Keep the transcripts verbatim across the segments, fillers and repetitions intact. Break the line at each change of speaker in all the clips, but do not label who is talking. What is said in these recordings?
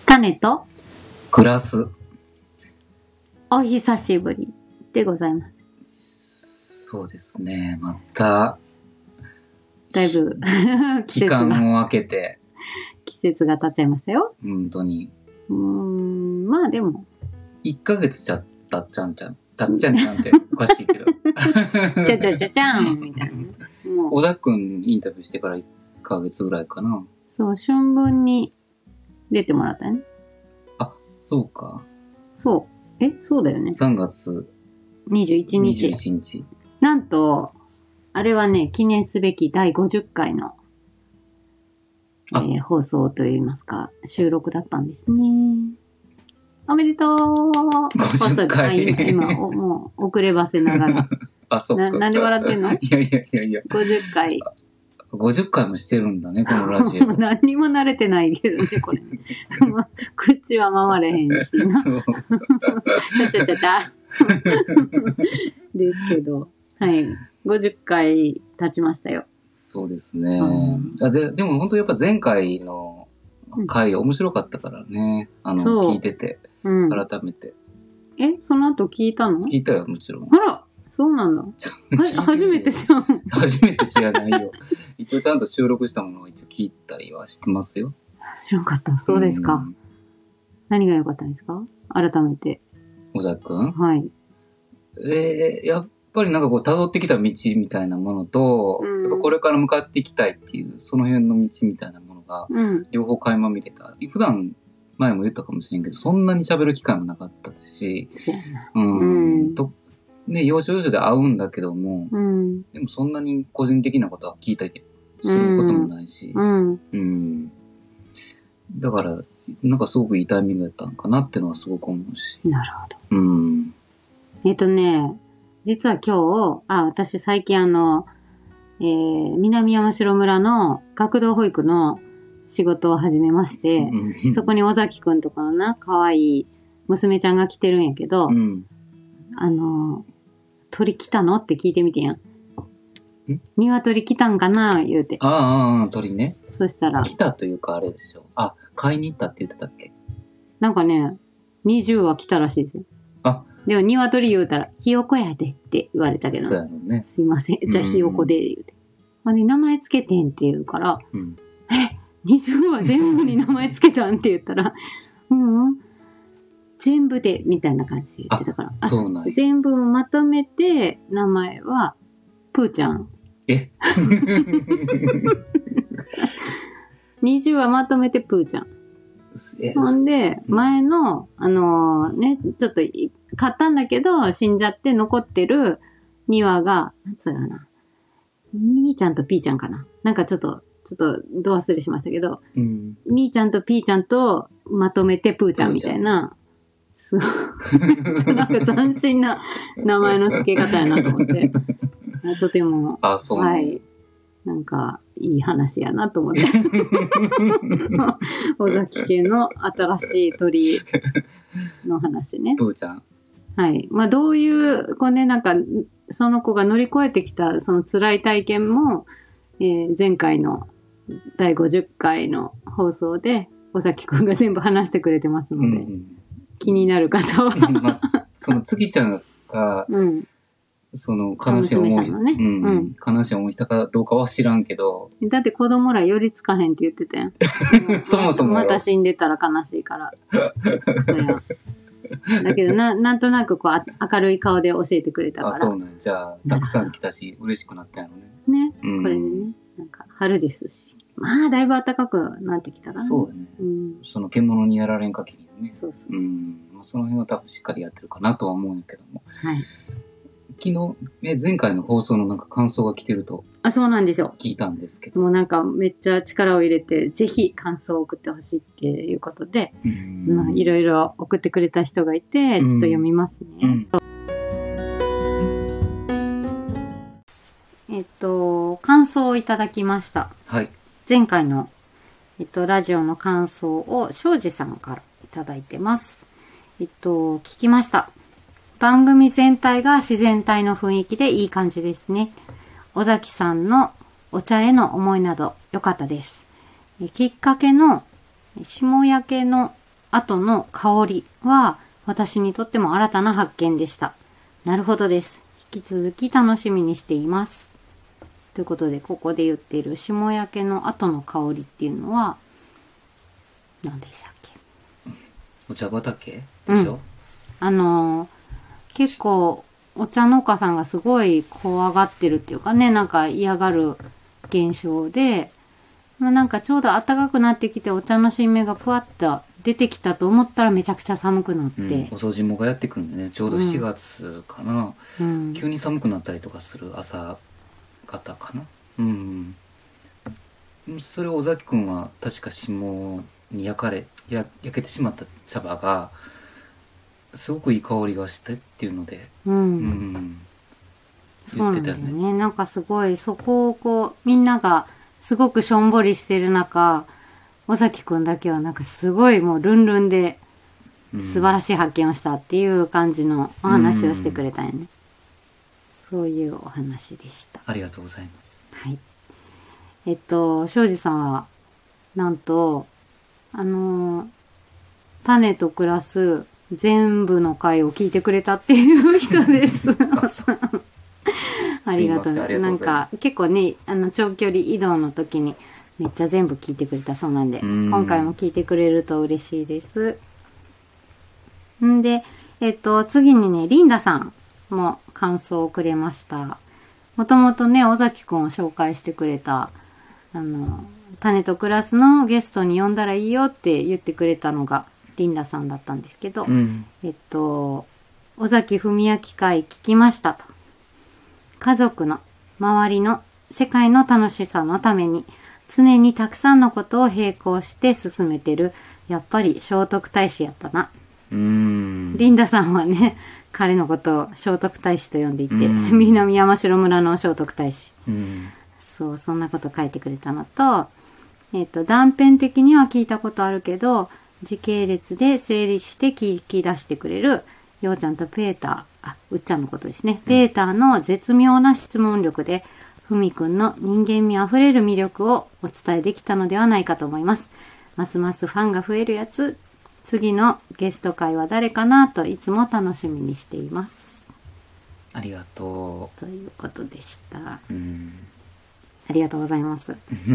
種と
グラス。
お久しぶりでございます。
そうですね。また
だいぶ季節
期間
が
を空けて
季節が経っちゃいましたよ。
本当に
うーん、まあでも
いっかげつちゃったっちゃんちゃんたっちゃんちゃんっておかしいけど
ちゃちゃちゃちゃんみたいな。もう
小田くんインタビューしてからいっかげつぐらいかな。
そう春分に出てもらったよね。
そうか。
そう。え、そうだよね。
さんがつ
にじゅういちにち。
にじゅういちにち。
なんと、あれはね、記念すべきだいごじゅっかいの、えー、放送といいますか、収録だったんですね。おめでとう。
ごじゅっかい。
今、今おもう遅ればせながら。
あ、そっか。
な、なんで笑ってんの？
いやいやいやいや。
ごじゅっかい。
ごじゅっかいもしてるんだね、このラジオ。
何にも慣れてないけどね、これ。口は回れへんしな。
そう。
ちゃちゃちゃちゃ。ですけど。はい。ごじゅっかい経ちましたよ。
そうですね。
うん、
あででも本当やっぱ前回の回面白かったからね。あの、聞いてて、うん、改めて。
え、その後聞いたの？
聞いたよ、もちろん。
あらそうなんだ。は初めてじゃん。
初めてじゃないよ。一応ちゃんと収録したものを一応聞いたりはしてますよ。
知らなかった。そうですか。うん、何が良かったんですか？改めて。
小田くん？
はい。
えー、やっぱりなんかこう辿ってきた道みたいなものと、うん、やっぱこれから向かっていきたいっていうその辺の道みたいなものが両方垣間見れた。うん、普段前も言ったかもしれんけど、そんなに喋る機会もなかったし、うん、うん、とね、要所要所で会うんだけども、うん、でもそんなに個人的なことは聞いたりすることもないし、うんうん、だからなんかすごくいいタイミングだったのかなっていうのはすごく思うし。
なるほど。
うん、
えっとね、実は今日、あ、私最近あの、えー、南山城村の学童保育の仕事を始めまして、そこに尾崎くんとかのな、可愛い娘ちゃんが来てるんやけど、うん、あの、鳥来たのって聞いてみてやん。鶏来たんかな言うて。
ああ、鳥ね。
そしたら。
来たというかあれでしょ。あ、買いに行ったって言ってたっけ？
なんかね、にじゅうは来たらしいですよ。あ、でも鶏言うたら、ひよこやでって言われたけど。
そうやろね。
すいません。じゃあひよこで言うて。あれ、名前つけてんって言うから、うん、え、にじゅうは全部に名前つけたんって言ったら、うん、うん、全部で、みたいな感じで言ってたから。
あ、そうなんや。
全部まとめて、名前は、プーちゃん。
え
にじゅうはまとめてプーちゃん。ほんで、前の、あのー、ね、ちょっと、買ったんだけど、死んじゃって残ってるにわが、なんつうかな。みーちゃんとピーちゃんかな。なんかちょっと、ちょっと、ど忘れしましたけど、うん、みーちゃんとピーちゃんとまとめてプーちゃんみたいな、すごい、なんか斬新な名前の付け方やなと思って、とても、
あ、そう
はい、なんか、いい話やなと思って。尾崎家の新しい鳥の話ね。
プーちゃん。
はい。まあ、どういう、こうね、なんか、その子が乗り越えてきた、その辛い体験も、えー、前回のだいごじゅっかいの放送で、尾崎くんが全部話してくれてますので、うん、気になる方は。
まあ、その月ちゃんが、うん、その悲しい思い、ねうんうん、悲しい思いしたかどうかは知らんけど。
だって子供ら寄りつかへんって言ってたやん。
そもそも。
また死んでたら悲しいから。そうや。だけどな、なんとなくこう明るい顔で教えてくれたから。
あ、そうなんじゃあ、たくさん来たし、嬉しくなったやろ
ね。ね、うん、これでね、なんか春ですし。まあ、だいぶ暖かくなってきたからね。
そうだね。うん、その獣にやられん限りね。
そうそうそうそう。うん、
その辺は多分しっかりやってるかなとは思うんやけども。
はい。
昨日、え、前回の放送のなんか感想が来てると。
あ、そうなんですよ。
聞いたんですけど。
もうなんかめっちゃ力を入れて、ぜひ感想を送ってほしいっていうことで、まあ、いろいろ送ってくれた人がいて、ちょっと読みますね。うん、えっと、感想をいただきました。
はい。
前回の、えっと、ラジオの感想を庄司さんからいただいてます。えっと、聞きました。番組全体が自然体の雰囲気でいい感じですね。尾崎さんのお茶への思いなど良かったです。きっかけの下焼けの後の香りは私にとっても新たな発見でした。なるほどです。引き続き楽しみにしています。ということで、ここで言っている霜焼けの後の香りっていうのは、何でしたっけ？
お茶畑でしょ、うん、
あのー、結構お茶農家さんがすごい怖がってるっていうかね、なんか嫌がる現象で、まあ、なんかちょうど暖かくなってきてお茶の新芽がふわっと出てきたと思ったらめちゃくちゃ寒くなって、うん、
お掃除もがやってくるんでね、ちょうどしがつかな、うん、急に寒くなったりとかする朝方かな、うん、それを尾崎くんは確か霜に焼かれや焼けてしまった茶葉がすごくいい香りがしてっていうので、うんうん、
言ってたよね。そうなんだよね。なんかすごいそこをこうみんながすごくしょんぼりしてる中、尾崎くんだけはなんかすごいもうルンルンで素晴らしい発見をしたっていう感じのお話をしてくれたよね。うん、そういうお話でした。
ありがとうございます。
はい。えっと庄司さんはなんとあの種と暮らす全部の回を聞いてくれたっていう人です。ありがとう。なんか結構ね、あの長距離移動の時にめっちゃ全部聞いてくれたそうなんで、ん今回も聞いてくれると嬉しいです。んで、えっと次にね、リンダさんも感想をくれました。もともとね、尾崎くんを紹介してくれたあの種と暮らすのゲストに呼んだらいいよって言ってくれたのがリンダさんだったんですけど、うん、えっと尾崎文明会聞きましたと。家族の周りの世界の楽しさのために常にたくさんのことを並行して進めてる、やっぱり聖徳太子やったな。うーんリンダさんはね、彼のことを聖徳太子と呼んでいて、南山城村の聖徳太子、うんそう、そんなこと書いてくれたのと、えっと、断片的には聞いたことあるけど、時系列で整理して聞き出してくれる、ようちゃんとペーター、あ、うっちゃんのことですね。ペーターの絶妙な質問力で、ふみくんの人間味あふれる魅力をお伝えできたのではないかと思います。ますますファンが増えるやつ、次のゲスト会は誰かなといつも楽しみにしています。
ありがと
う。ということでした。うんありがとうございます。うん、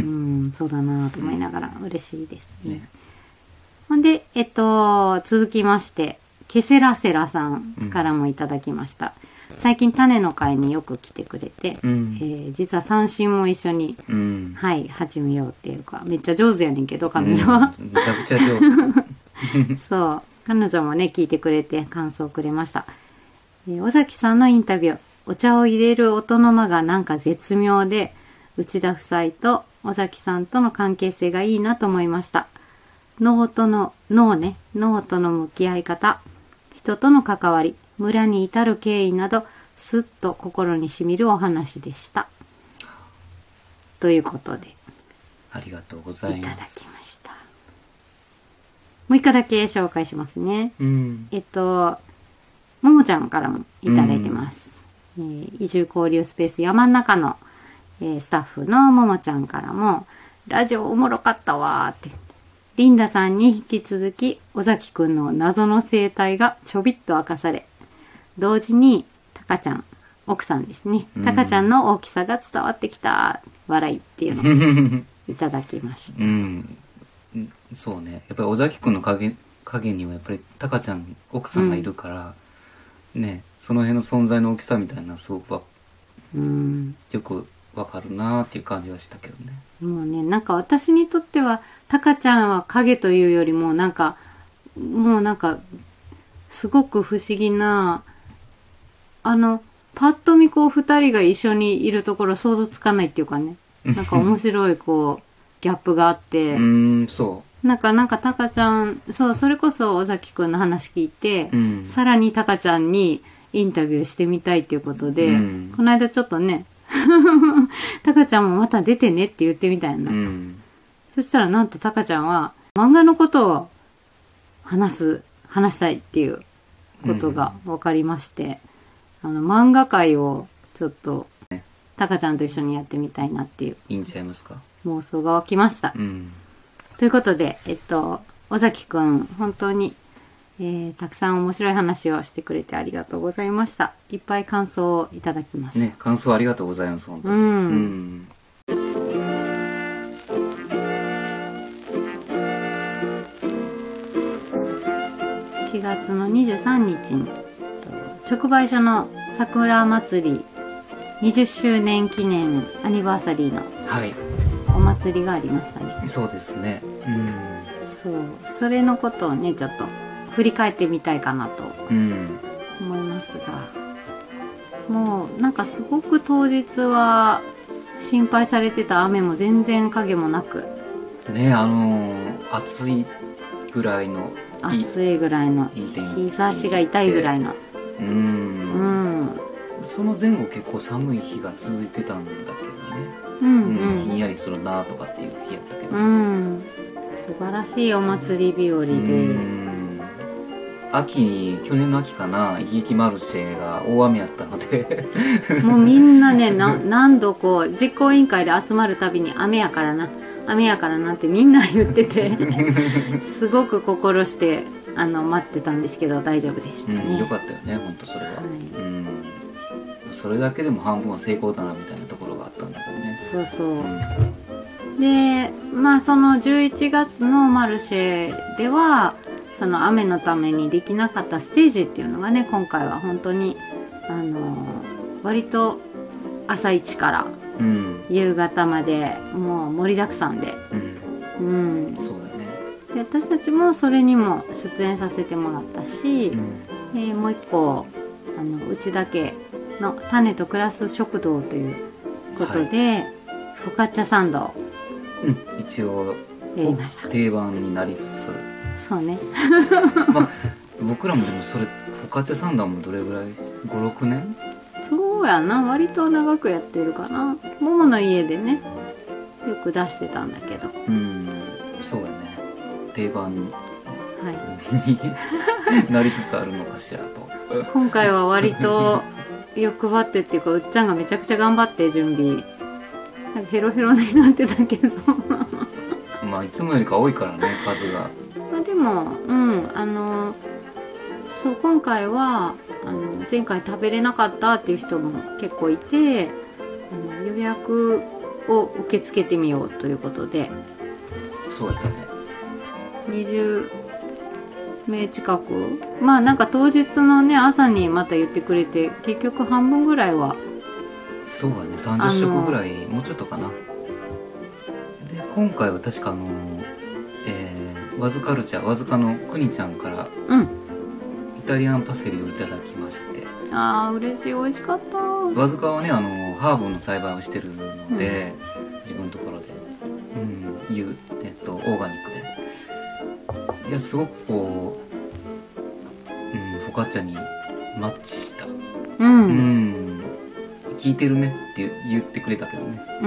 そうだなと思いながら嬉しいですね。ねほんで、えっと、続きまして、ケセラセラさんからもいただきました。うん、最近種の会によく来てくれて、うんえー、実は三振も一緒に、うん、はい、始めようっていうか、めっちゃ上手やねんけど、彼女は。
うん、めちゃくちゃ上
手。そう、彼女もね、聞いてくれて感想をくれました。えー、尾崎さんのインタビュー、お茶を入れる音の間がなんか絶妙で、内田夫妻と尾崎さんとの関係性がいいなと思いました。脳との、脳ね、脳との向き合い方、人との関わり、村に至る経緯など、すっと心にしみるお話でした。ということで。
ありがとうございます。
いただきました。もう一回だけ紹介しますね。うん、えっと、ももちゃんからもいただいてます。うん、えー、移住交流スペース山の中のえー、スタッフのももちゃんからも、ラジオおもろかったわーって。リンダさんに引き続き、尾崎くんの謎の生態がちょびっと明かされ、同時に、たかちゃん、奥さんですね。たかちゃんの大きさが伝わってきた、笑いっていうのをいただきました。うん、
そうね。やっぱり尾崎くんの影、影にはやっぱりたかちゃん、奥さんがいるから、うん、ね、その辺の存在の大きさみたいな、すごくは、うん、よく、わかるなーっていう感じはしたけどね。
もうね、なんか私にとっては、たかちゃんは影というよりも、なんか、もうなんか、すごく不思議な、あの、パッと見こう二人が一緒にいるところ想像つかないっていうかね、なんか面白いこう、ギャップがあって、う
ーん、そう。
なんか、なんかたかちゃん、そう、それこそ尾崎くんの話聞いて、うん、さらにたかちゃんにインタビューしてみたいっていうことで、うん、この間ちょっとね、たかちゃんもまた出てねって言ってみたいな、うん、そしたらなんとたかちゃんは漫画のことを話す話したいっていうことが分かりまして、うん、あの漫画界をちょっとたかちゃんと一緒にやってみたいなっていう
いいんちゃいますか、
妄想が湧きました、うん、ということでえっと尾崎くん本当に、えー、たくさん面白い話をしてくれてありがとうございました。いっぱい感想をいただきました。
ね、感想ありがとうございます本当に。うん。うん
しがつのにじゅうさんにちに直売所の桜祭りにじゅっしゅうねん記念アニバーサリーのお祭りがありましたね。
はい、そうですね。うん。
そう、それのことをねちょっと振り返ってみたいかなと思いますが、うん、もうなんかすごく当日は心配されてた雨も全然影もなく
ね、あのー、暑いぐらいの
暑いぐらいの日差しが痛いぐらいの
うん、うん、その前後結構寒い日が続いてたんだけどね、うんうんうん、ひんやりするなとかっていう日やったけど、うん、
素晴らしいお祭り日和で、うん、
秋に去年の秋かな、ひいきマルシェが大雨やったので
もうみんなねな何度こう実行委員会で集まるたびに雨やからな雨やからなってみんな言っててすごく心してあの待ってたんですけど大丈夫でしたね、
うん、よかったよね本当それは、はい、うん、それだけでも半分は成功だなみたいなところがあったんだけどね。
そうそう、うん、でまあそのじゅういちがつのマルシェではその雨のためにできなかったステージっていうのがね今回は本当にあの割と朝一からうん、夕方までもう盛りだくさんで、うん、うん、
そうだね。
で私たちもそれにも出演させてもらったし、うん、えー、もう一個あのうちだけの種と暮らす食堂ということで、はい、フォカッチャサンドを、
うん、一応定番になりつつ
そうね、
まあ、僕らもでもそれフォカッチャサンドもどれぐらいごろくねん
そうやな、割と長くやってるかな。ももの家でねよく出してたんだけど、
うん、そうやね、定番に、
はい、
なりつつあるのかしらと
今回は割と欲張ってっていうかうっちゃんがめちゃくちゃ頑張って準備なんかヘロヘロになってたけど
まあいつもよりか多いからね数が。
まあでもうんあのそう今回はあの前回食べれなかったっていう人も結構いてあの予約を受け付けてみようということで
そうやったね
にじゅうめい近くまあなんか当日のね朝にまた言ってくれて結局半分ぐらいは
そうだねさんじゅっしょくぐらいもうちょっとかな。で今回は確かあの、えー、ワズカルチャーワズカのくにちゃんから、うんイタリアンパセリをいただきまして、
あー嬉しい、美味しかった。
わずかはねあのハーブの栽培をしてるので、うん、自分のところで、うん、いう、えっと、オーガニックでいやすごくこう、うん、フォカッチャにマッチした、うん、うん、効いてるねって言ってくれたけどね、うん、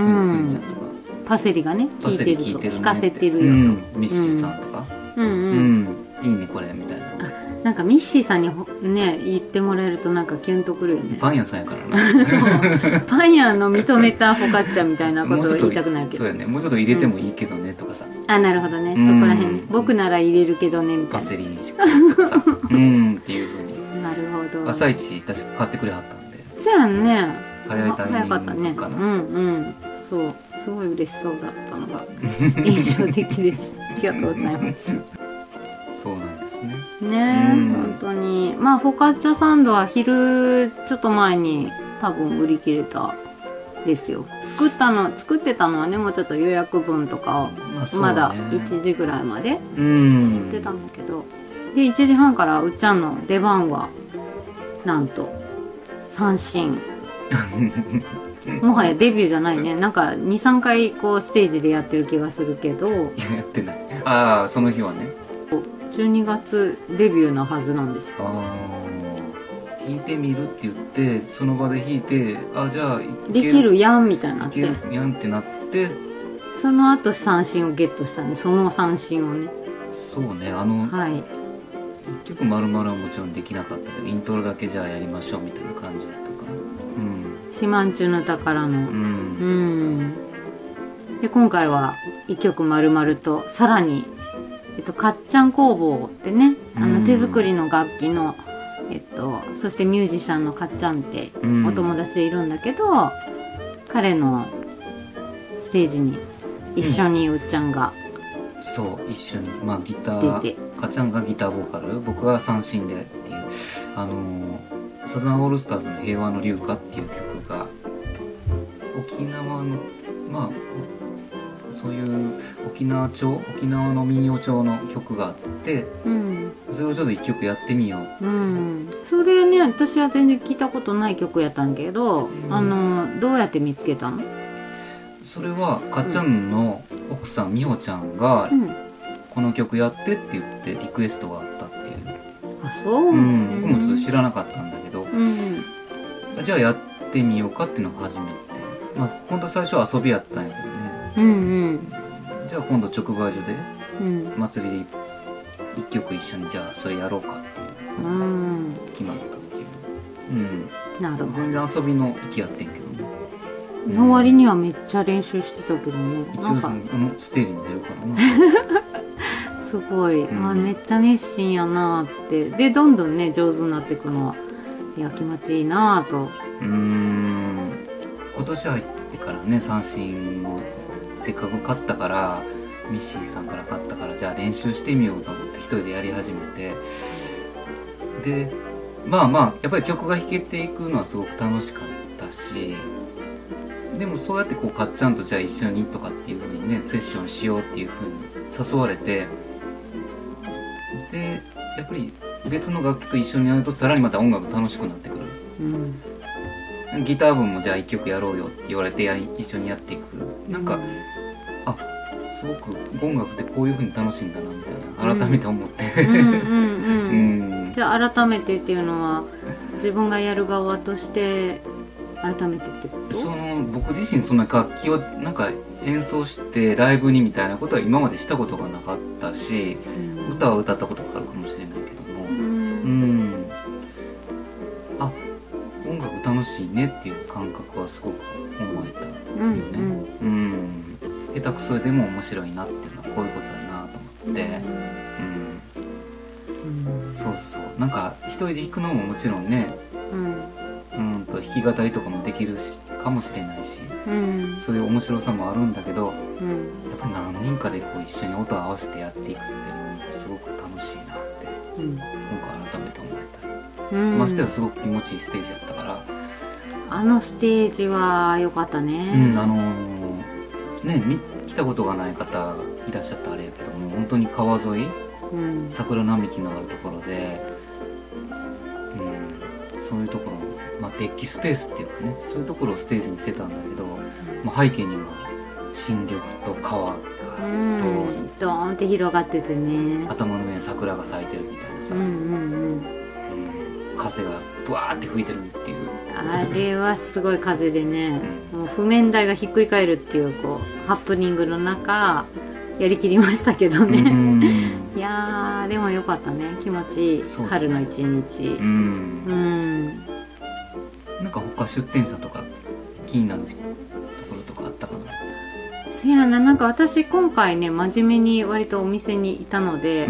ちゃんとか
パセリがね効いてると効かせてるよと、うん、
ミッシーさんとか、うんうんうんうん、いいねこれみたいな。
なんかミッシーさんにね言ってもらえるとなんかキュンとくるよね。
パン屋さんやからな
そうパン屋の認めたフォカッチャみたいなことを言いたくなるけど
そうやね、もうちょっと入れてもいいけどね、うん、とかさ
あなるほどね、そこら辺ね僕なら入れるけどねみたいな
パセリしかとかさうんっていうふうに
なるほど
朝一確か買ってくれはったんで
そうやんね
早いタイミングかな。早かったね
うんうんそうすごい嬉しそうだったのが印象的ですありがとうございます
そうなんですね。
ねえ、うん、本当にまあフォカッチャサンドは昼ちょっと前に多分売り切れたですよ。作ったの作ってたのはねもうちょっと予約分とかを、まあ、まだいちじぐらいまでやってたんだけど、でいちじはんからうっちゃんの出番はなんと三振もはやデビューじゃないね、なんか にさんかいこうステージでやってる気がするけどや
ってないああその日はね
じゅうにがつデビューなはずなんですよ。
あ弾いてみるって言ってその場で弾いてあじゃあ
できるやんみたいになって
いけるやんってなって
その後三振をゲットしたね。その三振をね
そうねあの、はい、いっきょく丸々はもちろんできなかったけどイントロだけじゃあやりましょうみたいな感じだったかな。うん
四万十の宝のうん、うん、で今回はいっきょく丸々とさらにえっと、かっちゃん工房ってね、あの手作りの楽器の、えっと、そしてミュージシャンのかっちゃんってお友達でいるんだけど、うん、彼のステージに一緒にうっちゃんが、
うん、そう一緒に、まあ、ギターかっちゃんがギターボーカル、僕が三振でっていう、あのー、サザンオールスターズの「平和の流歌」っていう曲が沖縄のまあそういう沖縄調沖縄の民謡調の曲があって、うん、それをちょっと一曲やってみよう、うん、
それね私は全然聞いたことない曲やったんけど、うん、あのどうやって見つけたの？
それはかっちゃんの奥さん美穂ちゃんが、うん、この曲やってって言ってリクエストがあったっていう。
あ、そう、
うん、僕もちょっと知らなかったんだけど、うん、じゃあやってみようかっていうのが初めて、まあ本当最初は遊びやったんやけどね、うんうん、じゃあ今度直売所で祭りで一曲一緒にじゃあそれやろうかっていう、うん、決まったっていう、うん、なるほど。全然遊びの域やってんけどね。
の割にはめっちゃ練習してたけどね。
一応そのステージに出るから
なすごい、うん、あめっちゃ熱心やなって。でどんどんね上手になっていくのはいや気持ちいいなと。うーん
今年入ってからね三振をせっかく買ったからミッシーさんから買ったからじゃあ練習してみようと思って一人でやり始めて、でまあまあやっぱり曲が弾けていくのはすごく楽しかったし、でもそうやってこうかっちゃんとじゃあ一緒にとかっていう風にねセッションしようっていう風に誘われて、でやっぱり別の楽器と一緒にやるとさらにまた音楽楽しくなってくる、うん、ギター分もじゃあ一曲やろうよって言われてやり一緒にやっていく、なんか、うん、あすごく音楽ってこういう風に楽しいんだなみたいな改めて思って、
じゃあ改めてっていうのは自分がやる側として改めてってこと？
その僕自身そんな楽器をなんか演奏してライブにみたいなことは今までしたことがなかったし、うん、歌は歌ったことがあるかもしれないけども、うん、うん、あ音楽楽しいねっていう感覚はすごく思えたよね、うん、うん、下手くそでも面白いなっていうのはこういうことだなと思って、うんうん、そうそうなんか一人で弾くのももちろんね、うんうんと弾き語りとかもできるしかもしれないし、うん、そういう面白さもあるんだけど、うん、やっぱ何人かでこう一緒に音を合わせてやっていくっていうのもすごく楽しいなって、うん、今回改めて思えた、うん、ましてはすごく気持ちいいステージだったから、
あのステージは良かったね。
うん、あのー、ね来たことがない方がいらっしゃったあれやけども本当に川沿い、うん、桜並木のあるところで、うん、そういうところまあ、デッキスペースっていうかねそういうところをステージにしてたんだけど、まあ、背景には新緑と川がド
ーンって広がっててね
頭の上に桜が咲いてるみたいなさ、うんうんうんうん、風がブワーって吹いてるっていう
あれはすごい風でね、うん、もう譜面台がひっくり返るっていうこうハプニングの中やりきりましたけどね、うん、いやーでもよかったね気持ちいい、ね、春の一日、うんうん
なんか他出店者とか気になるところとかあったかな？
そやな、なんか私今回ね真面目に割とお店にいたので、うん、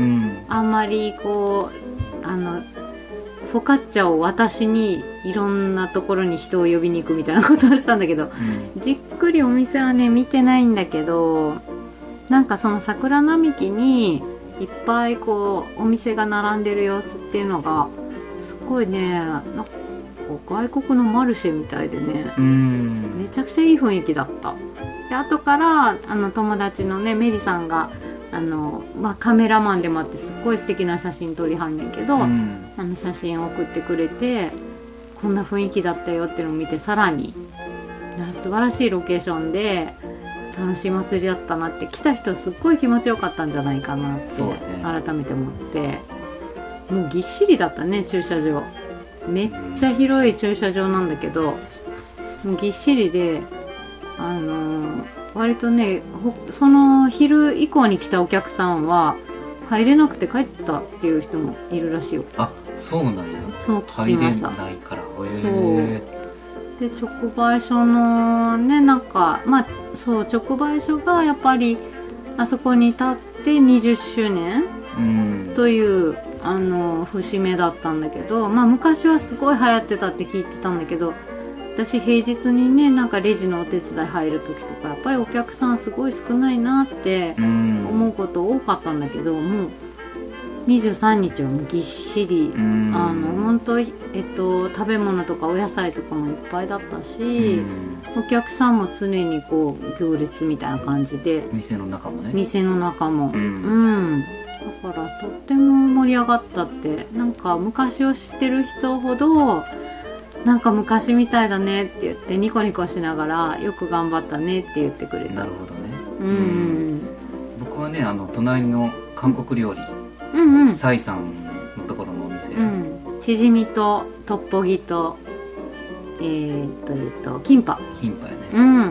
あんまりこうあのフォカッチャを渡しにいろんなところに人を呼びに行くみたいなことをしたんだけど、うん、じっくりお店はね見てないんだけど、なんかその桜並木にいっぱいこうお店が並んでる様子っていうのがすごいねなんか外国のマルシェみたいでね、うんめちゃくちゃいい雰囲気だった。で後からあの友達のねメリさんがあの、まあ、カメラマンでもあってすっごい素敵な写真撮りはんねんけど、うん、あの写真を送ってくれてこんな雰囲気だったよっていうのを見てさらに素晴らしいロケーションで楽しい祭りだったなって来た人すっごい気持ちよかったんじゃないかなって改めて思って、もうぎっしりだったね駐車場。めっちゃ広い駐車場なんだけどもうぎっしりで、あのー、割とねその昼以降に来たお客さんは入れなくて帰ったっていう人もいるらしいよ。
あ、そうなんや。
そう聞きました。
入れないから。へー。
そうで直売所のねなんかまあそう直売所がやっぱりあそこに立ってにじゅっしゅうねんというあの節目だったんだけど、まあ昔はすごい流行ってたって聞いてたんだけど、私平日にねなんかレジのお手伝い入る時とかやっぱりお客さんすごい少ないなって思うこと多かったんだけど、もうにじゅうさんにちはもうぎっしり、あの本当、えっと、食べ物とかお野菜とかもいっぱいだったし、お客さんも常にこう行列みたいな感じで、
店の中もね
店の中も、うん、うん、だからとっても盛り上がったって。なんか昔を知ってる人ほどなんか昔みたいだねって言ってニコニコしながらよく頑張ったねって言ってくれた。
なるほどね。
うん、うん、
僕はねあの隣の韓国料理、
うんうん、
サイさんのところのお店、
うん、チヂミとトッポギとえー、っとえー、っとキンパ
キンパやね、
うん、うん 、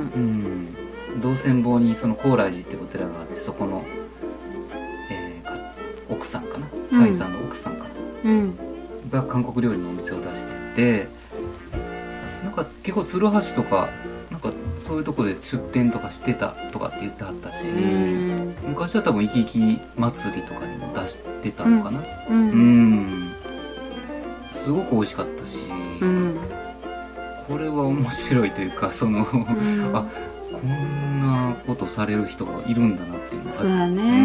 道泉坊にその高麗寺ってお寺があって、そこの、えー、奥さんかな、サイさんの奥さんかな、うん、が韓国料理のお店を出してて、なんか結構鶴橋とかなんかそういうとこで出店とかしてたとかって言ってはったし、昔は多分いきいき祭りとかにも出してたのかな、うん、うん、すごく美味しかったし、うん、これは面白いというか、その、うん、あ、こんなことされる人がいるんだなっていうのが、
そうだね、うん、うん、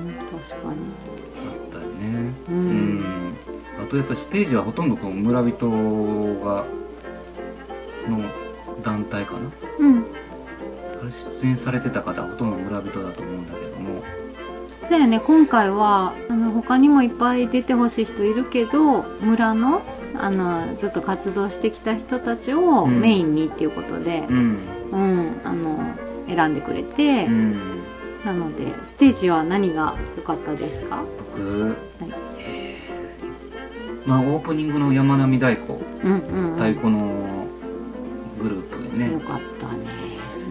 確かに
あったよね、うん、うん、あとやっぱステージはほとんどこう村人がの団体かな、うん、あれ出演されてた方はほとんど村人だと思うんだけども、
そうやね、今回はあの他にもいっぱい出てほしい人いるけど、村のあのずっと活動してきた人たちをメインにっていうことで、うんうん、あの選んでくれて、うん、なのでステージは何が良かったですか？
僕、はい、えー、まあオープニングの山並太鼓、うんうんうん、太鼓のグループでね、
よかったね、うん、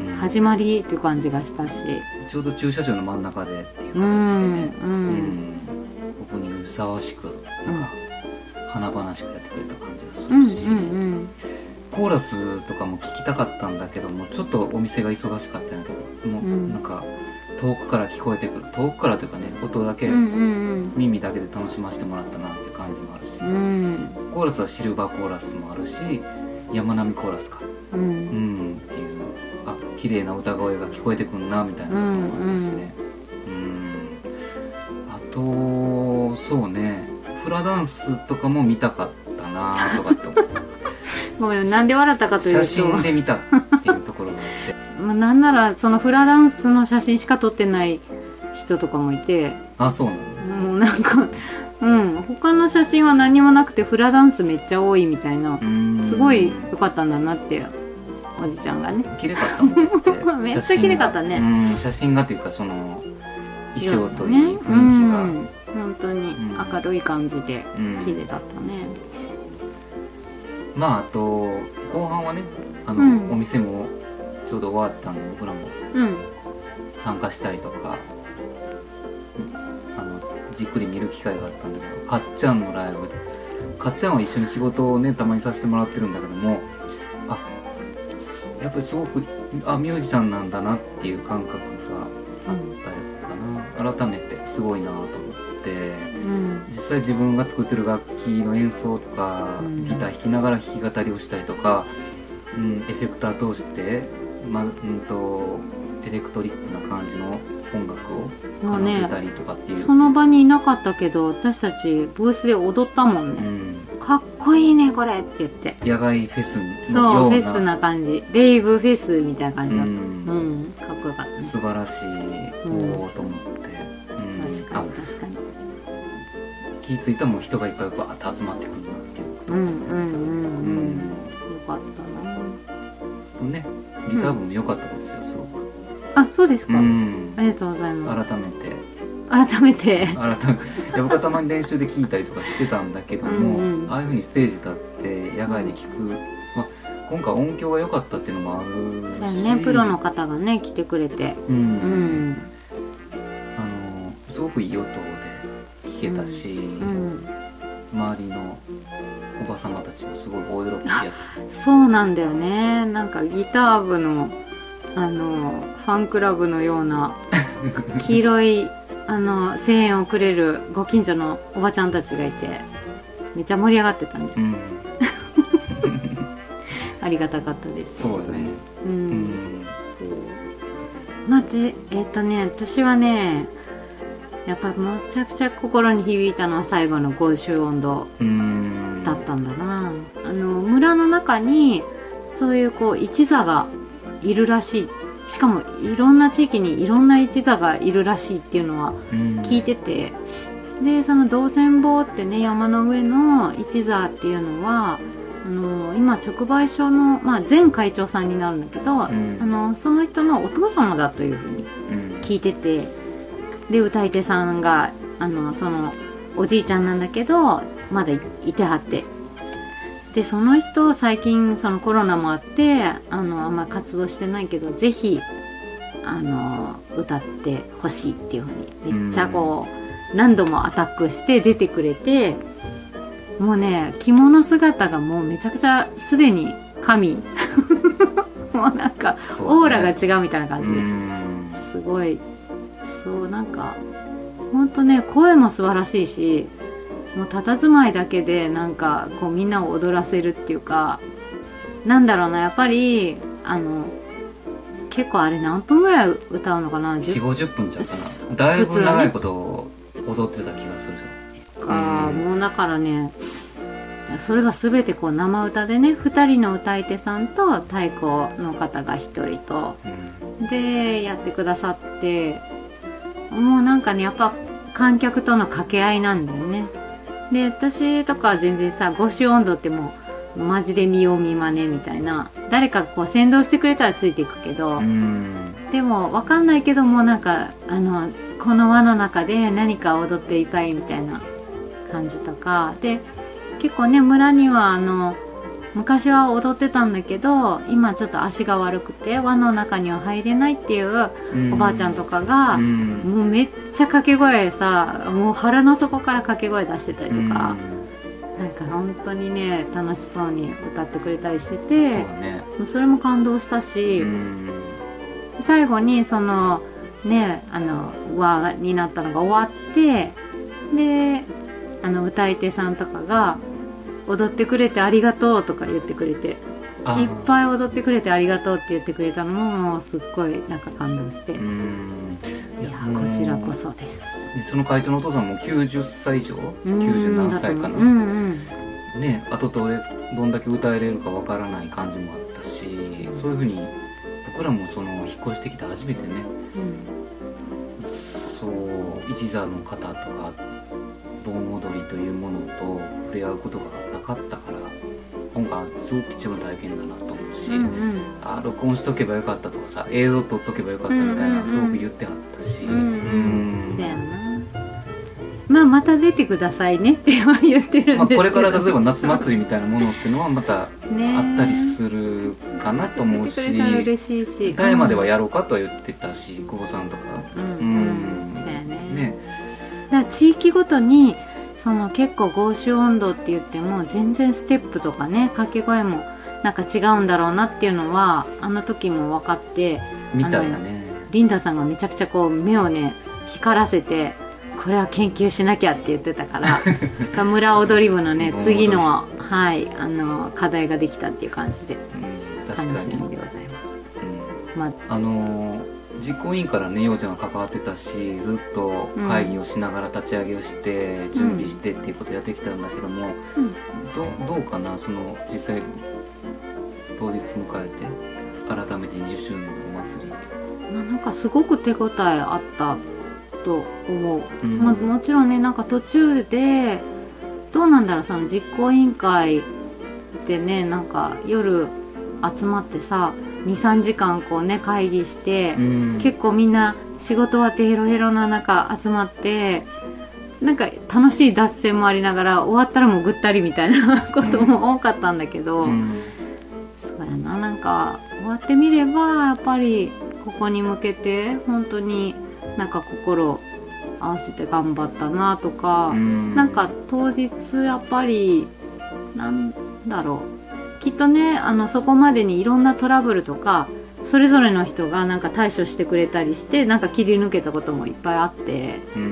うん、始まりっていう感じがしたし、
ちょうど駐車場の真ん中でっていう形でね、うんうん、オープニングにふさわしくなんか、うん、華々しくやってくれた感じがするし、うんうんうん、コーラスとかも聴きたかったんだけども、ちょっとお店が忙しかったんだけども、うん、なんか遠くから聞こえてくる、遠くからというかね、音だけ、うんうんうん、耳だけで楽しませてもらったなっていう感じもあるし、うん、コーラスはシルバーコーラスもあるし、山並コーラスか、うん、うん、っていう、あ、綺麗な歌声が聞こえてくるなみたいなところもあったしね、うん、うん、あとそうね、フラダンスとかも見たかったなとかって思う
ごめん、なんで笑ったかというと
写真で見たっていうところがあって
まあなんならそのフラダンスの写真しか撮ってない人とかもいて、
あ、そうなの、
もうなんかうん、他の写真は何もなくてフラダンスめっちゃ多いみたいな、すごい良かったんだなっておじちゃんがね、
綺麗かったもんって
めっちゃ綺麗かったね、
うん、写真がっていうかその衣装といい雰囲気が、ね、うん、
本当に明るい感じで綺麗だったね、
うん、まああと後半はね、あの、うん、お店もちょうど終わったんで僕らも参加したりとか、あのじっくり見る機会があったんだけど、かっちゃんのライブで、かっちゃんは一緒に仕事をねたまにさせてもらってるんだけども、あ、やっぱりすごくあミュージシャンなんだなっていう感覚があったかな、うん、改めてすごいなと思って、うん、実際自分が作ってる楽器の演奏とか、うん、ギター弾きながら弾き語りをしたりとか、うん、エフェクター通して、ま、うんとエレクトリックな感じの音楽を奏でたりとかっていう、
ね、その場にいなかったけど私たちブースで踊ったもんね、うん、かっこいいねこれって言って、
野外フェスのような、
そうフェスな感じ、レイブフェスみたいな感じだった、うん、うん、かっこよかったね、
素晴らしい、うん、おーと思って、
うん、確かに確かに
気付いたらもう人がいっぱいバーッと集まってくるなっていうこと
うんうんうんうん、うん、よかったな
ね、ギター部も良かったですよ、うん、すごく。
あ、そうですか、うん、ありがとうございます。
改めて
改めて
改めていや僕はたまに練習で聴いたりとかしてたんだけどもうん、うん、ああいう風にステージ立って野外で聴く、まあ、今回音響が良かったっていうのもあるし、
そうやね、プロの方がね来てくれて、うん、うん、
あのすごくいい音で聴けたし、うんうん、周りのおば様たちもすごい大喜びやって
そうなんだよね、なんかギター部のあのファンクラブのような黄色いあの声援をくれるご近所のおばちゃんたちがいてめっちゃ盛り上がってたね、うん、ありがたかったです。
そうだね、うん、うん、
そう待ってえっとね私はねやっぱりめちゃくちゃ心に響いたのは最後の豪州音頭だったんだな。あの村の中にそういうこう一座がいるらしい、しかもいろんな地域にいろんな一座がいるらしいっていうのは聞いてて、でその道仙坊ってね山の上の一座っていうのはあの今直売所の、まあ、前会長さんになるんだけど、うん、あのその人のお父様だというふうに聞いてて、で歌い手さんがあのそのおじいちゃんなんだけどまだ い, いてはって、でその人最近そのコロナもあってあのあんま活動してないけどぜひあの歌ってほしいっていうふうにめっちゃこう何度もアタックして出てくれて、もうね着物姿がもうめちゃくちゃすでに神もうなんかオーラが違うみたいな感じで、すごいそうなんかほんとね声も素晴らしいし、もう佇まいだけでなんかこうみんなを踊らせるっていうか、なんだろうなやっぱりあの結構あれ何分ぐらい歌うのかな、
よんじゅうごじゅっぷんちゃうかな、だいぶ長いこと踊ってた気がするじゃん
か、うん、もうだからねそれが全てこう生歌でねふたりの歌い手さんと太鼓の方がひとりと、うん、でやってくださって、もうなんかねやっぱ観客との掛け合いなんだよね。で私とかは全然さ豪州音頭ってもうマジで見よう見まねみたいな、誰かこう先導してくれたらついていくけど、うん、でも分かんないけどもなんかあのこの輪の中で何か踊っていたいみたいな感じとかで、結構ね村にはあの昔は踊ってたんだけど今ちょっと足が悪くて輪の中には入れないっていうおばあちゃんとかが、うん、もうめっちゃ掛け声さもう腹の底から掛け声出してたりとか、うん、なんか本当にね楽しそうに歌ってくれたりしてて、 そうね、それも感動したし、うん、最後にそのねあの輪になったのが終わってであの歌い手さんとかが踊ってくれてありがとうとか言ってくれて、いっぱい踊ってくれてありがとうって言ってくれたのももうすっごいなんか感動して、うーんいやこちらこそです。
その会長のお父さんもきゅうじゅっさい以上、きゅうじゅうなんさいかな、うんうん、ね後と俺どんだけ歌えれるかわからない感じもあったし、うん、そういうふうに僕らもその引っ越してきて初めてね、うん、そう一座の方とか盆踊りというものと触れ合うことがなかったから今回すごく貴重な体験だなと思うし、うんうん、あ録音しとけばよかったとかさ映像撮っとけばよかったみたいな、うんうんうん、すごく言ってはったし、うんうん、
そうやな、まあまた出てくださいねっては言ってるんですけど、まあ、
これから例えば夏祭りみたいなものっていうのはまたあったりするかなと思うし、
嬉しいし
誰まではやろうかとは言ってたし、久保さんとか
うん、うん、そうやね、ねだから地域ごとにその結構豪州音頭って言っても全然ステップとかね掛け声もなんか違うんだろうなっていうのはあの時も分かって
みたいなね、
リンダさんがめちゃくちゃこう目をね光らせてこれは研究しなきゃって言ってたから村踊り部のね次の、はい、あの課題ができたっていう感じで、うん、楽しみでございます、
うんまあ、あのー実行委員からねようちゃんが関わってたしずっと会議をしながら立ち上げをして、うん、準備してっていうことをやってきたんだけども、うん、ど, どうかなその実際当日迎えて改めてにじゅっしゅうねんのお祭り、
まあ、なんかすごく手応えあったと思う、うんまあ、もちろんねなんか途中でどうなんだろうその実行委員会でねなんか夜集まってさにさんじかんこうね会議して、うん、結構みんな仕事終わってヘロヘロな中集まってなんか楽しい脱線もありながら終わったらもうぐったりみたいなことも多かったんだけど、うん、そうやななんか終わってみればやっぱりここに向けて本当になんか心合わせて頑張ったなとか、うん、なんか当日やっぱりなんだろうきっとねあのそこまでにいろんなトラブルとかそれぞれの人がなんか対処してくれたりしてなんか切り抜けたこともいっぱいあって、うん、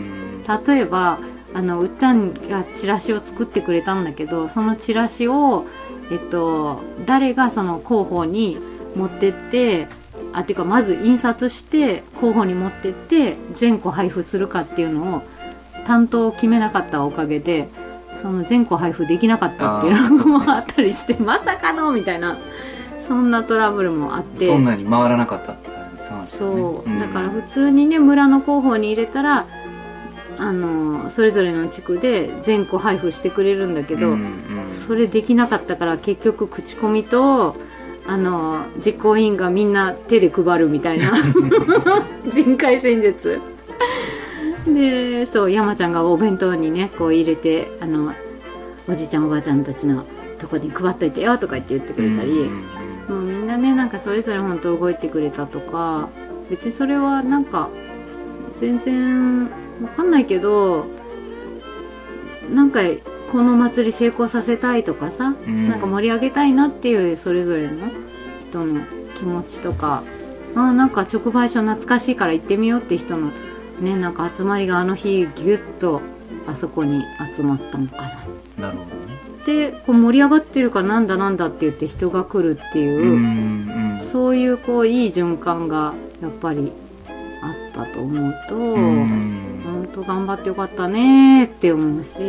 例えばあのうっちゃんがチラシを作ってくれたんだけど、そのチラシを、えっと、誰がその広報に持ってってあてかまず印刷して広報に持ってって全個配布するかっていうのを担当を決めなかったおかげでその全個配布できなかったっていうのもあったりしてまさかのみたいなそんなトラブルもあって、
そんなに回らなかったって感じですね。
そう、うん、だから普通にね村の広報に入れたらあのそれぞれの地区で全個配布してくれるんだけど、うんうん、それできなかったから結局口コミとあの実行委員がみんな手で配るみたいな人海戦術で、そう山ちゃんがお弁当にねこう入れてあのおじいちゃんおばあちゃんたちのとこに配っといてよとか言って言ってくれたり、うんうん、もうみんなねなんかそれぞれ本当動いてくれたとか、別にそれはなんか全然わかんないけどなんかこの祭り成功させたいとかさ、うん、なんか盛り上げたいなっていうそれぞれの人の気持ちとか、あなんか直売所懐かしいから行ってみようって人のねなんか集まりがあの日ギュッとあそこに集まったのかな。
なるほどね。
でこう盛り上がってるからなんだなんだって言って人が来るっていう、うんうん、そういうこういい循環がやっぱりあったと思うと、うん本当頑張ってよかったねって思うし、うん、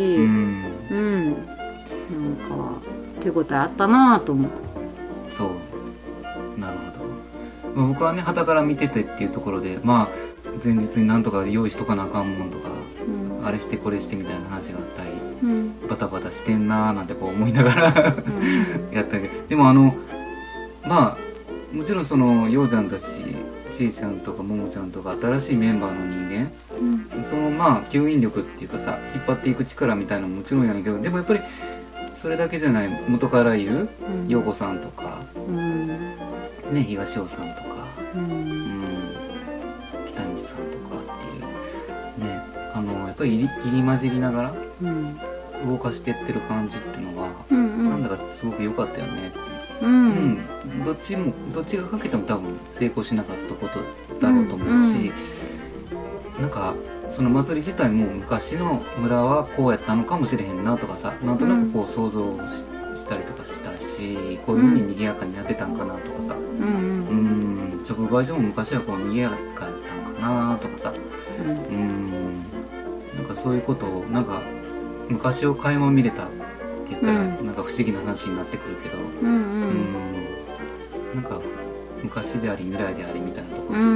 うん、なんか手応えあったなと思う。
そうなるほど。僕はね傍から見ててっていうところでまあ前日になんとか用意しとかなあかんもんとか、うん、あれしてこれしてみたいな話があったり、うん、バタバタしてんなーなんてこう思いながらやったけど、でもあのまあもちろんそのようちゃんたちちいちゃんとかももちゃんとか新しいメンバーの人間、うん、そのまあ吸引力っていうかさ引っ張っていく力みたいなのももちろんやねんけど、でもやっぱりそれだけじゃない元からいる陽子、うん、さんとか、うん、ね東尾さんとか、うんうん、北西さんとかっていうねあのやっぱり入り、入り混じりながら動かしてってる感じっていうのが、うんうん、なんだかすごく良かったよねって。うんうん、どっちもどっちがかけても多分成功しなかったことだろうと思うし、うんうん、なんかその祭り自体も昔の村はこうやったのかもしれへんなとかさなんとなくこう想像 し,、うん、したりとかしたしこういう風に賑やかにやってたんかなとかさ、うんうん、直売所も昔はこう賑やかだったんかなとかさ、うん、うんなんかそういうことをなんか昔を垣間見れたって言ったら、うん、なんか不思議な話になってくるけど、うんうんうん、なんか昔であり未来でありみたいなところで、うん、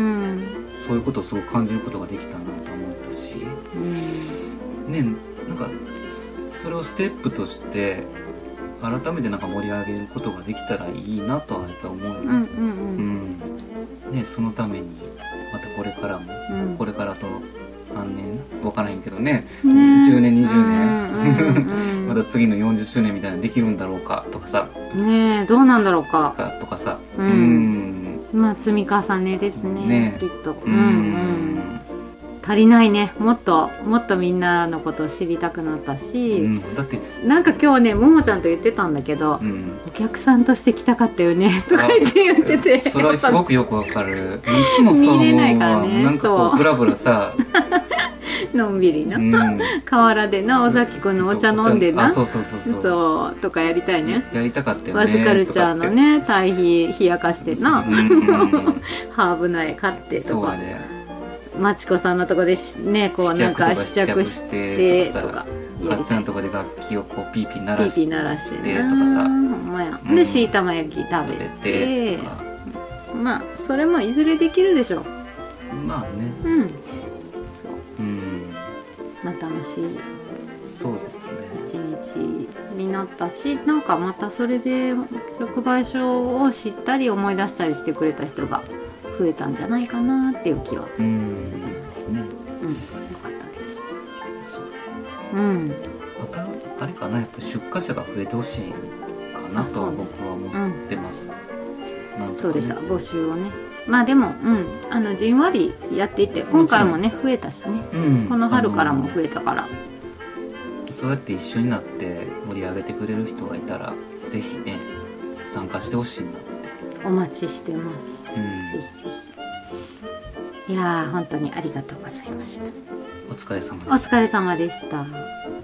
そういうことをすごく感じることができたなと思ったし、うん、ねなんかそれをステップとして改めてなんか盛り上げることができたらいいなとはやっぱ思うね、うんうんうんうん、ねそのためにまたこれからも、うん、これからと何年分からへんけど ね, ねじゅうねんにじゅうねん、うんうん、また次のよんじゅっしゅうねんみたいなのできるんだろうかとかさ
ねえどうなんだろうか
とかさ、
うん、うんまあ積み重ねです ね, ねきっと、うんうん、足りないねもっともっとみんなのことを知りたくなったし、うん、だってなんか今日ねももちゃんと言ってたんだけど、うん、お客さんとして来たかったよねとか言って言ってて
それはすごくよくわかるいつもそう思うわなんかこうブラブラさ
のんびりな、うん、河原でな尾崎くんのお茶飲んでなそうそうそうそうそうとかやりたいね
やりたかったよね
ワズカルチャーのね堆肥冷やかしてな、うんうん、ハーブ苗買ってとか、ね、まちこさんのとこでねこうなんか試着してとか
かっちゃんのとこで楽器をこうピーピー鳴らして
ピーピー鳴らして
とかさほ
んまや、うん、でしいたま焼き食べてまあそれもいずれできるでしょ
まあね
うんそううんまあ楽しい
そうですね
一日になったしなんかまたそれで直売所を知ったり思い出したりしてくれた人が増えたんじゃないかなっていう気はするので、ね、うん、よかったです。そう、うん。
またあれかなやっぱ出荷者が増えてほしいかなとは僕は思ってます。
うん、なんとかね、そうでした募集をね。まあでも、うん、あのじんわりやっていて今回もね増えたしね、うん、この春からも増えたから、
そうやって一緒になって盛り上げてくれる人がいたらぜひね参加してほしいなって
お待ちしてます、うん、ぜひぜひ。いやー本当にありがとうございました。
お疲れ様でした。
お疲れ様でした。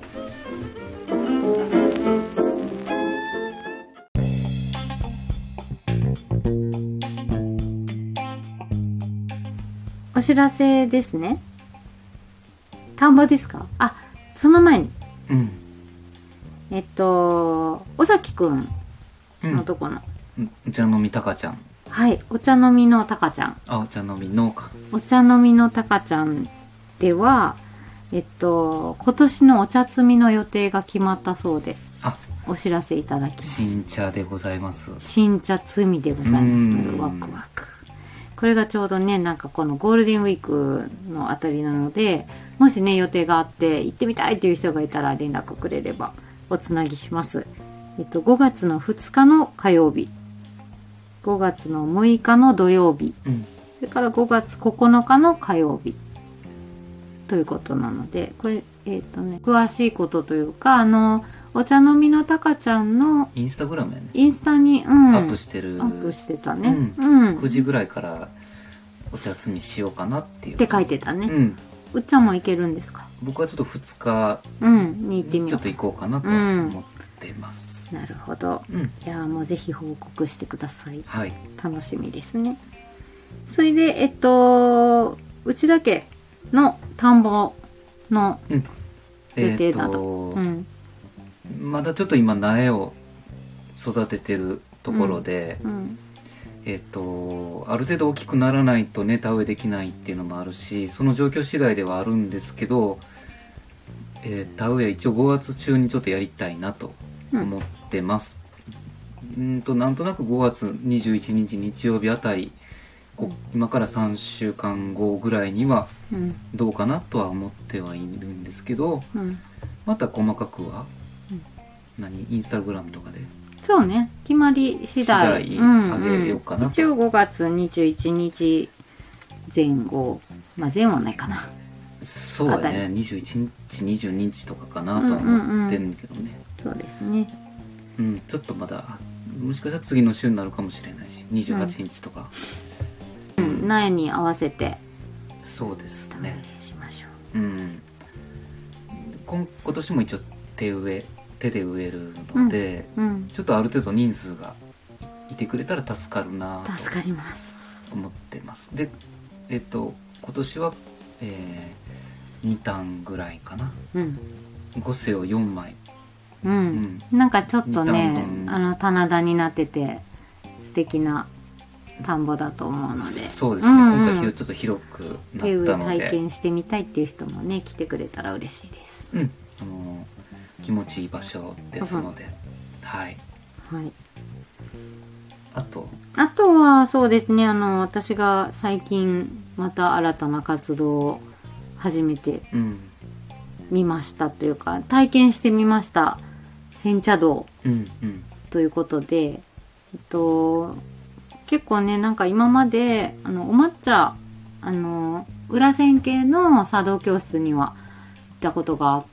お知らせですね。田んぼですか？あ、その前に、うん、えっと尾崎くんのとこの、
うん、お茶飲みたかちゃん。
はい、お茶飲みのたかちゃん。
あ、お茶飲みのか。
お茶飲みのたかちゃんでは、えっと今年のお茶摘みの予定が決まったそうで、あ、お知らせいただきます。
新茶でございます。
新茶摘みでございます。ワクワク。これがちょうどね、なんかこのゴールデンウィークのあたりなので、もしね予定があって行ってみたいという人がいたら連絡くれればおつなぎします。えっとごがつのふつかの火曜日、ごがつのむいかの土曜日、うん、それからごがつここのかの火曜日ということなので、これえっとね詳しいことというか、あのお茶飲みのたかちゃんの
インスタグラムやね、
インスタに、うん、
アップしてる、
アップしてたね、
うんうん、くじぐらいからお茶摘みしようかなっていう
って書いてたね、うん、うっちゃんも行けるんですか？
僕はちょっとふつか、
うん、に行ってみよう、
ちょっと行こうかなと思ってます、
うん、なるほど、うん、いやもうぜひ報告してください、はい、楽しみですね。それでえっと内田家の田んぼの予定など、うんえーうん
まだちょっと今苗を育ててるところで、うんうん、えっとある程度大きくならないとね田植えできないっていうのもあるし、その状況次第ではあるんですけど、えー、田植え一応ごがつ中にちょっとやりたいなと思ってます。うん、んとなんとなくごがつにじゅういちにち日曜日あたり、こ今からさんしゅうかんごぐらいにはどうかなとは思ってはいるんですけど、うん、また細かくは何インスタグラムとかで
そうね決まり次第
次第あげようかなと、うんうん、
一応ごがつにじゅういちにちぜん後、まあ前後ないかな、
そうだねにじゅういちにちにじゅうににちとかかなとは思ってんけどね、
うんうんうん、そうですね、
うん、ちょっとまだもしかしたら次の週になるかもしれないしにじゅうはちにちとか、
うんうん、苗に合わせて
そうですね
しましょう、
うん、今, 今年も一応手植え手で植えるので、うんうん、ちょっとある程度人数がいてくれたら助かるなと
助かります
思ってます。で、えっと今年は、えー、にたんぐらいかな、うん、ごせをよんまい、
うんうん、なんかちょっとねあの棚田になってて素敵な田んぼだと思うので、
そうですね、うんうん、今回ちょっと広くなったので手植え
体験してみたいっていう人もね来てくれたら嬉しいです。
うん、あの気持ちいい場所ですので、はい、はい、あと
あとはそうですね、あの私が最近また新たな活動を始めてみましたというか、うん、体験してみました煎茶道ということで、うんうん、えっと結構ねなんか今まであのお抹茶あの裏千家の茶道教室には行ったことがあって、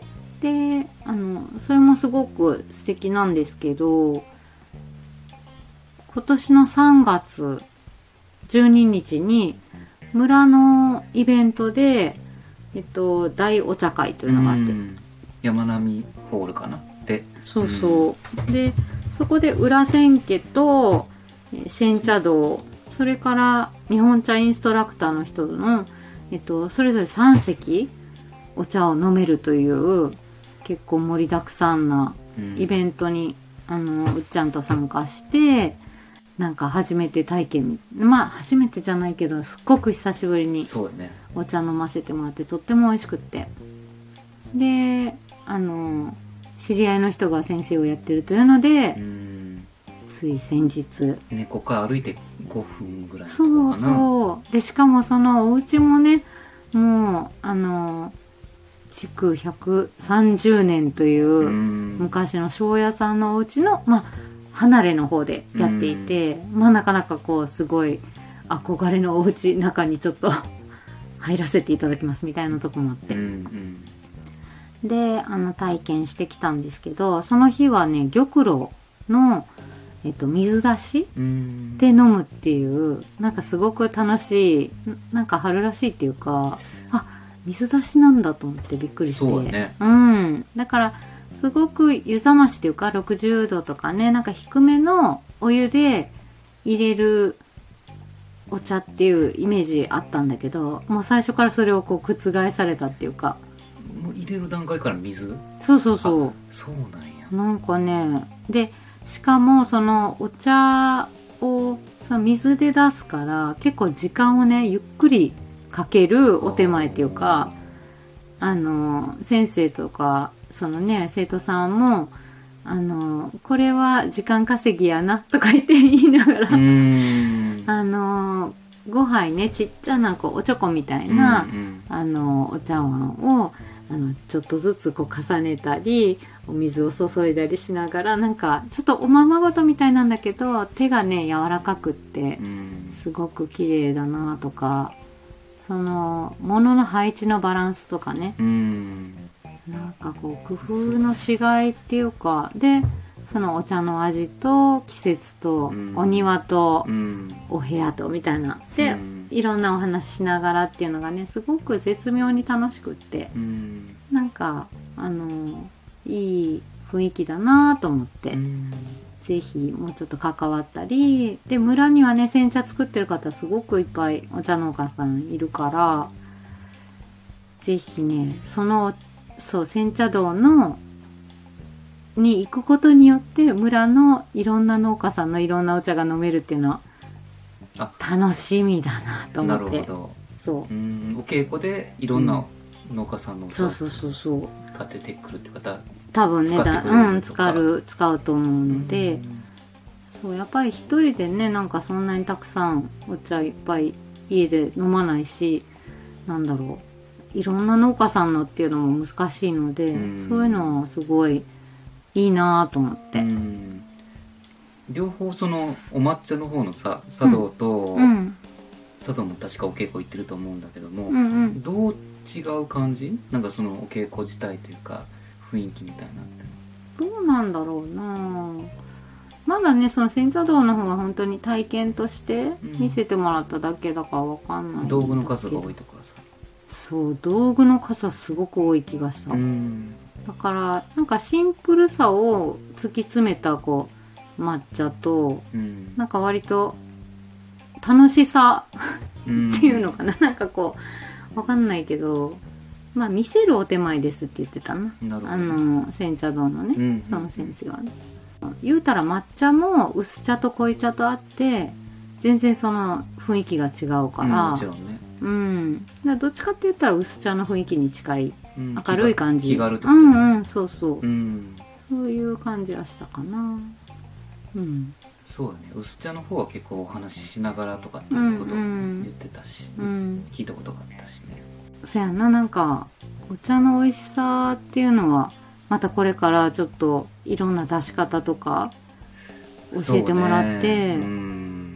であのそれもすごく素敵なんですけど、今年のさんがつじゅうににちに村のイベントで、えっと、大お茶会というのがあって、
山並ホールかなで、
そうそう、うん、でそこで裏千家と煎茶道、それから日本茶インストラクターの人の、えっと、それぞれさんせきお茶を飲めるという結構盛りだくさんなイベントに、うん、あのうっちゃんと参加して、なんか初めて体験、まあ初めてじゃないけどすっごく久しぶりにお茶飲ませてもらって、とっても美味しくって、であの知り合いの人が先生をやってるというので、うん、つい先日
ね、ここから歩いてごふんぐらいとかかな。
そうそうで、しかもそのお家もね、もうあの築ひゃくさんじゅうねんという昔の庄屋さんのお家の、まあ、離れの方でやっていて、まあ、なかなかこうすごい憧れのお家中にちょっと入らせていただきますみたいなとこもあって、うんうん、であの体験してきたんですけど、その日はね玉露の、 えっと、水出しで飲むっていうなんかすごく楽しいなんか春らしいっていうかあ水出しなんだと思ってびっくりして
そうね、
うん、だからすごく湯冷ましっていうかろくじゅうどとかねなんか低めのお湯で入れるお茶っていうイメージあったんだけどもう最初からそれをこう覆されたっていうか
もう入れる段階から水
そうそうそう
そうなんや
なんかねでしかもそのお茶をその水で出すから結構時間をねゆっくりかけるお手前っていうかあの先生とかそのね生徒さんもあのこれは時間稼ぎやなとか言って言いながらあのごはいねちっちゃなこうおちょこみたいな、うんうん、あのお茶碗をあのちょっとずつこう重ねたりお水を注いだりしながらなんかちょっとおままごとみたいなんだけど手がね柔らかくってすごく綺麗だなとかその物の配置のバランスとかねうんなんかこう工夫のしがいっていうかでそのお茶の味と季節とお庭とお部屋とみたいなでいろんなお話しながらっていうのがねすごく絶妙に楽しくってなんかあのいい雰囲気だなと思ってぜひもうちょっと関わったりで村にはね煎茶作ってる方すごくいっぱいお茶農家さんいるからぜひねそのそう煎茶道のに行くことによって村のいろんな農家さんのいろんなお茶が飲めるっていうのは楽しみだなと思って。なるほど。そう。
うんお稽古でいろんな農家さんのお茶を
そうそうそうそう
使っててくるって方
多分ねだうん使う使うと思うので、そうやっぱり一人でねなんかそんなにたくさんお茶いっぱい家で飲まないしなんだろういろんな農家さんのっていうのも難しいので、そういうのはすごいいいなと思って、うん、
両方そのお抹茶の方のさ茶道と、うん、茶道も確かお稽古行ってると思うんだけども、うんうん、どう違う感じなんかそのお稽古自体というか雰囲気みたいなって
どうなんだろうなまだねその煎茶道の方は本当に体験として見せてもらっただけだから分かんない、うん、
道具の数が多いとかさ
そう道具の数はすごく多い気がした、うんだからなんかシンプルさを突き詰めたこう抹茶と、うん、なんか割と楽しさっていうのかな、うん、なんかこうわかんないけどまあ見せるお手前ですって言ってたなあの煎茶道のね、うん、その先生はね言うたら抹茶も薄茶と濃い茶とあって全然その雰囲気が違うから、うん、もちろんねうん、だどっちかって言ったら薄茶の雰囲気に近い、うん、明るい感じ
気軽って
ことねうんうんそうそう、うん、そういう感じはしたかなうん
そうだね薄茶の方は結構お話ししながらとかっていうことを言ってたし、うんうん、聞いたことがあったしね
そやななんかお茶の美味しさっていうのはまたこれからちょっといろんな出し方とか教えてもらって、ねうん、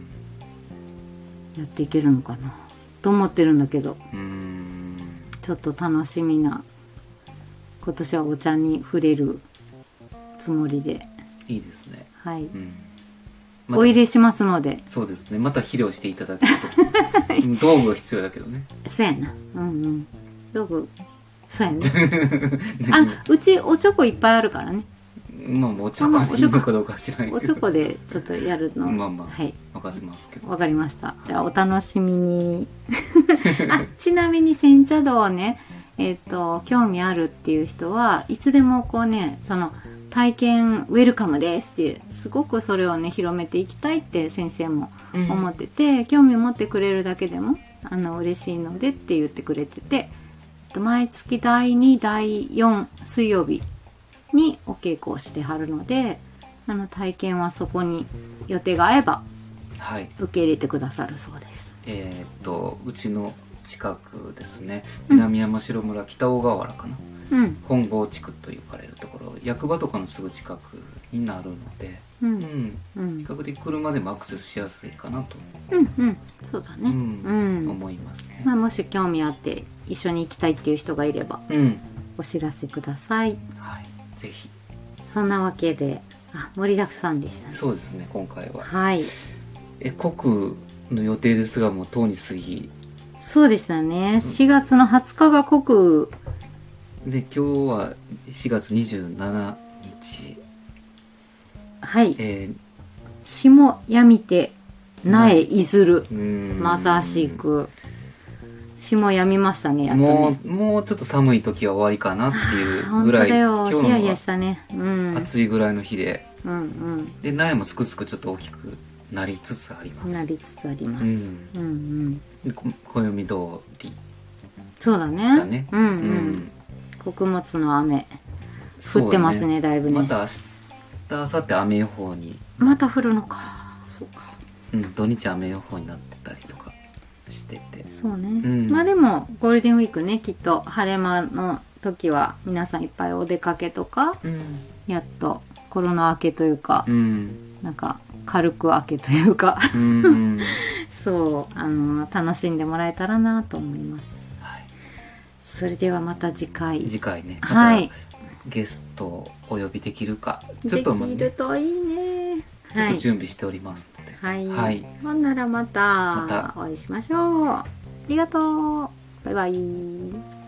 やっていけるのかなと思ってるんだけどうーんちょっと楽しみな今年はお茶に触れるつもりで
いいですね
はい、うんま、お入れしますので
そうですねまた肥料していただくと道具が必要だけどね
そうやなうんうん道具そうやねあうちおちょこいっぱいあるからね
まあおちょこでいいのかどうか知らないけど
おちょこでちょっとやるの
まあまあ、はい、任せますけど
わかりましたじゃあお楽しみにあちなみに煎茶道をねえっ、ー、と興味あるっていう人はいつでもこうねその体験ウェルカムですっていうすごくそれをね広めていきたいって先生も思ってて、うん、興味持ってくれるだけでもあの嬉しいのでって言ってくれてて毎月だいにだいよん水曜日にお稽古をしてはるのであの体験はそこに予定が合えば受け入れてくださるそうです、
はい、えー、っとうちの近くですね南山城村北大河原かな、うん、本郷地区と呼ばれるところ役場とかのすぐ近くになるので、うんうん、比較的車でもアクセスしやすいかなと、
うんうん、そうだね、
うんうん、思いますね、
まあ、もし興味あって一緒に行きたいっていう人がいれば、うん、お知らせください、
はいぜひ
そんなわけであ、盛りだくさんでしたね。
そうですね、今回は。
はい。
え、国の予定ですが、もうとうに過ぎ。
そうでしたね。しがつのはつかが国。
で、今日はしがつにじゅうしちにち。
はい。
えー、
霜やみて、苗いずる。まさしく。霜やみましたね、やっとね。
もう、もうちょっと寒い時は終わりかなっていうぐらい。
本当だよ、ヒヤヒヤしたね。うん。
暑いぐらいの日で。
うんうん。
で、苗もすくすくちょっと大きくなりつつあります。
なりつつあります。うん、うんうん
で、暦通り。
そうだね。
だね。
うんうん。穀物の雨。降ってますね、だいぶね。
また明日、明後日雨予報に。
また降るのか。そうか。
うん、土日雨予報になってたりとかしてて。
そうね。うん、まあでも、ゴールデンウィークね、きっと晴れ間の時は皆さんいっぱいお出かけとか、うん、やっとコロナ明けというか、うん、なんか軽く明けというか、うん、そうあの楽しんでもらえたらなと思います。はい、それではまた次回。
次回ね。
はい。
ゲストをお呼びできるか、
ちょっと、ね、できるといいね。
ちょっと準備しておりますので。
はい。はい、ほんならまたお会いしましょう。ありがとう。バイバイ。